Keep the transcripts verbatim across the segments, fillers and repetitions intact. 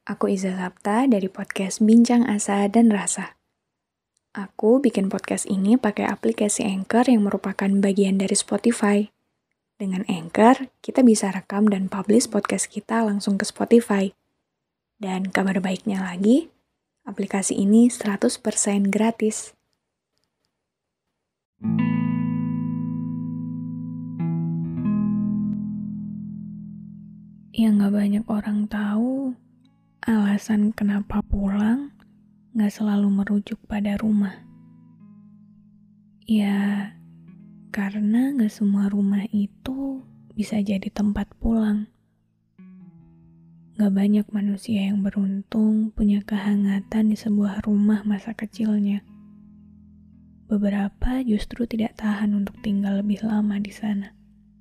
Aku Iza Sapta dari podcast Bincang Asa dan Rasa. Aku bikin podcast ini pakai aplikasi Anchor yang merupakan bagian dari Spotify. Dengan Anchor, kita bisa rekam dan publish podcast kita langsung ke Spotify. Dan kabar baiknya lagi, aplikasi ini seratus persen gratis. Yang gak banyak orang tahu, alasan kenapa pulang gak selalu merujuk pada rumah. Ya, karena gak semua rumah itu bisa jadi tempat pulang. Gak banyak manusia yang beruntung punya kehangatan di sebuah rumah masa kecilnya. Beberapa justru tidak tahan untuk tinggal lebih lama di sana.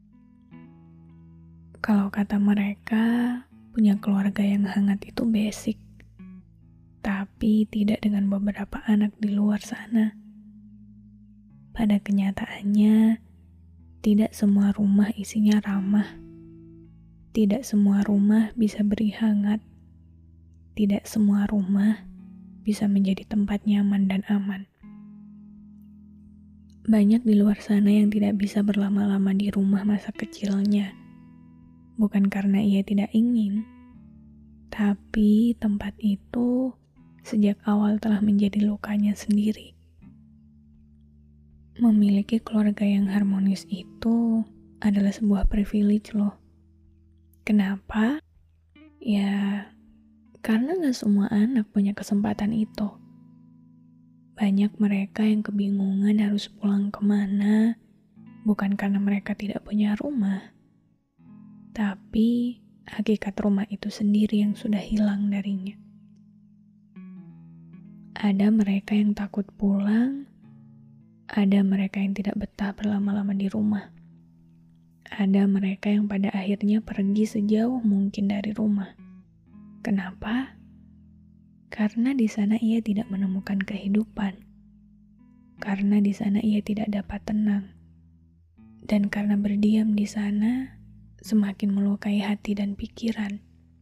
Kalau kata mereka, punya keluarga yang hangat itu basic. Tapi tidak dengan beberapa anak di luar sana. Pada kenyataannya, tidak semua rumah isinya ramah. Tidak semua rumah bisa beri hangat. Tidak semua rumah bisa menjadi tempat nyaman dan aman. Banyak di luar sana yang tidak bisa berlama-lama di rumah masa kecilnya. Bukan karena ia tidak ingin, tapi tempat itu sejak awal telah menjadi lukanya sendiri. Memiliki keluarga yang harmonis itu adalah sebuah privilege loh. Kenapa? Ya, karena gak semua anak punya kesempatan itu. Banyak mereka yang kebingungan harus pulang kemana, bukan karena mereka tidak punya rumah, tapi hakikat rumah itu sendiri yang sudah hilang darinya. Ada mereka yang takut pulang, ada mereka yang tidak betah berlama-lama di rumah. Ada mereka yang pada akhirnya pergi sejauh mungkin dari rumah. Kenapa? Karena di sana ia tidak menemukan kehidupan. Karena di sana ia tidak dapat tenang. Dan karena berdiam di sana, semakin melukai hati dan pikiran.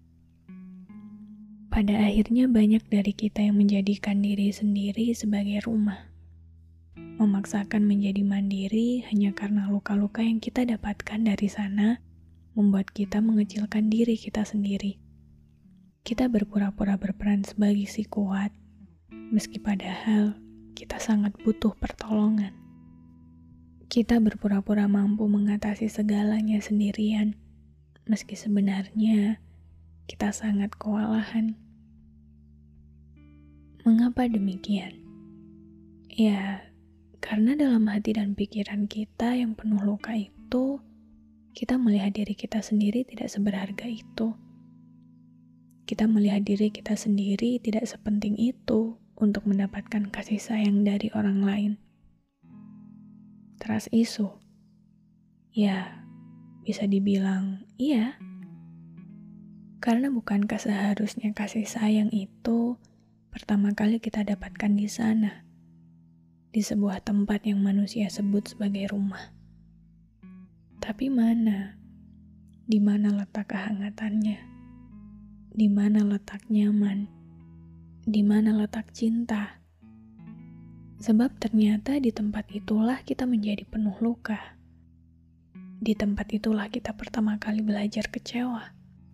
Pada akhirnya banyak dari kita yang menjadikan diri sendiri sebagai rumah. Memaksakan menjadi mandiri hanya karena luka-luka yang kita dapatkan dari sana membuat kita mengecilkan diri kita sendiri. Kita berpura-pura berperan sebagai si kuat, meski padahal kita sangat butuh pertolongan. Kita berpura-pura mampu mengatasi segalanya sendirian, meski sebenarnya kita sangat kewalahan. Mengapa demikian? Ya, karena dalam hati dan pikiran kita yang penuh luka itu, kita melihat diri kita sendiri tidak seberharga itu. Kita melihat diri kita sendiri tidak sepenting itu untuk mendapatkan kasih sayang dari orang lain. Trust issue. Ya, bisa dibilang iya. Karena bukankah seharusnya kasih sayang itu pertama kali kita dapatkan di sana, di sebuah tempat yang manusia sebut sebagai rumah. Tapi mana? Di mana letak kehangatannya? Di mana letak nyaman? Di mana letak cinta? Sebab ternyata di tempat itulah kita menjadi penuh luka. Di tempat itulah kita pertama kali belajar kecewa.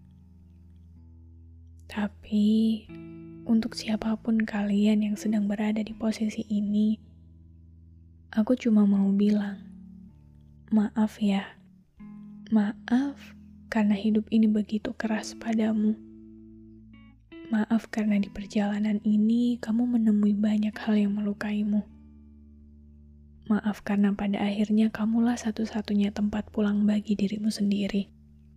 Tapi, untuk siapapun kalian yang sedang berada di posisi ini, aku cuma mau bilang, maaf ya. Maaf karena hidup ini begitu keras padamu. Maaf karena di perjalanan ini kamu menemui banyak hal yang melukaimu. Maaf karena pada akhirnya kamulah satu-satunya tempat pulang bagi dirimu sendiri.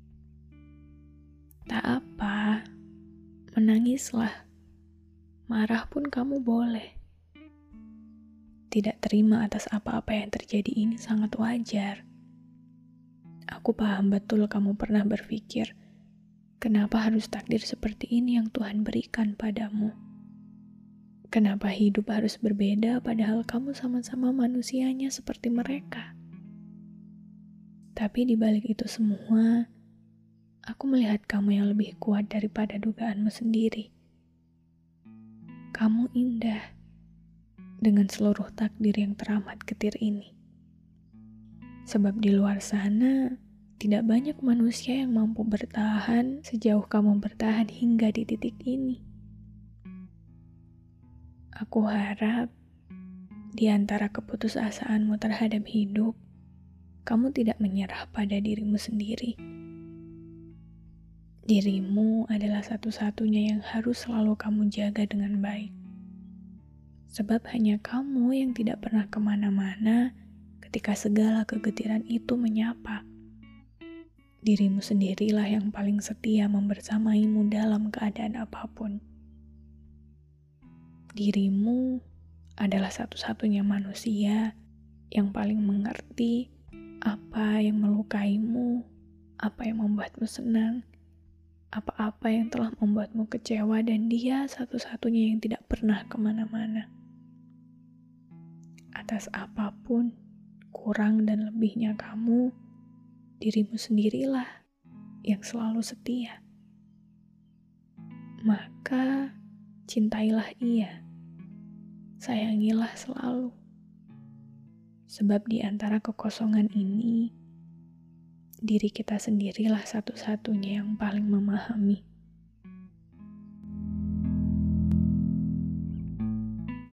Tak apa, menangislah. Marah pun kamu boleh. Tidak terima atas apa-apa yang terjadi ini sangat wajar. Aku paham betul kamu pernah berpikir, kenapa harus takdir seperti ini yang Tuhan berikan padamu? Kenapa hidup harus berbeda padahal kamu sama-sama manusianya seperti mereka? Tapi di balik itu semua, Aku melihat kamu yang lebih kuat daripada dugaanmu sendiri. Kamu indah dengan seluruh takdir yang teramat getir ini. Sebab di luar sana, tidak banyak manusia yang mampu bertahan sejauh kamu bertahan hingga di titik ini. Aku harap di antara keputusasaanmu terhadap hidup, kamu tidak menyerah pada dirimu sendiri. Dirimu adalah satu-satunya yang harus selalu kamu jaga dengan baik. Sebab hanya kamu yang tidak pernah kemana-mana ketika segala kegetiran itu menyapa. Dirimu sendirilah yang paling setia membersamaimu dalam keadaan apapun. Dirimu adalah satu-satunya manusia yang paling mengerti apa yang melukaimu, apa yang membuatmu senang, apa-apa yang telah membuatmu kecewa, dan dia satu-satunya yang tidak pernah kemana-mana. Atas apapun, kurang dan lebihnya kamu, dirimu sendirilah yang selalu setia. Maka, cintailah ia, sayangilah selalu. Sebab di antara kekosongan ini, diri kita sendirilah satu-satunya yang paling memahami.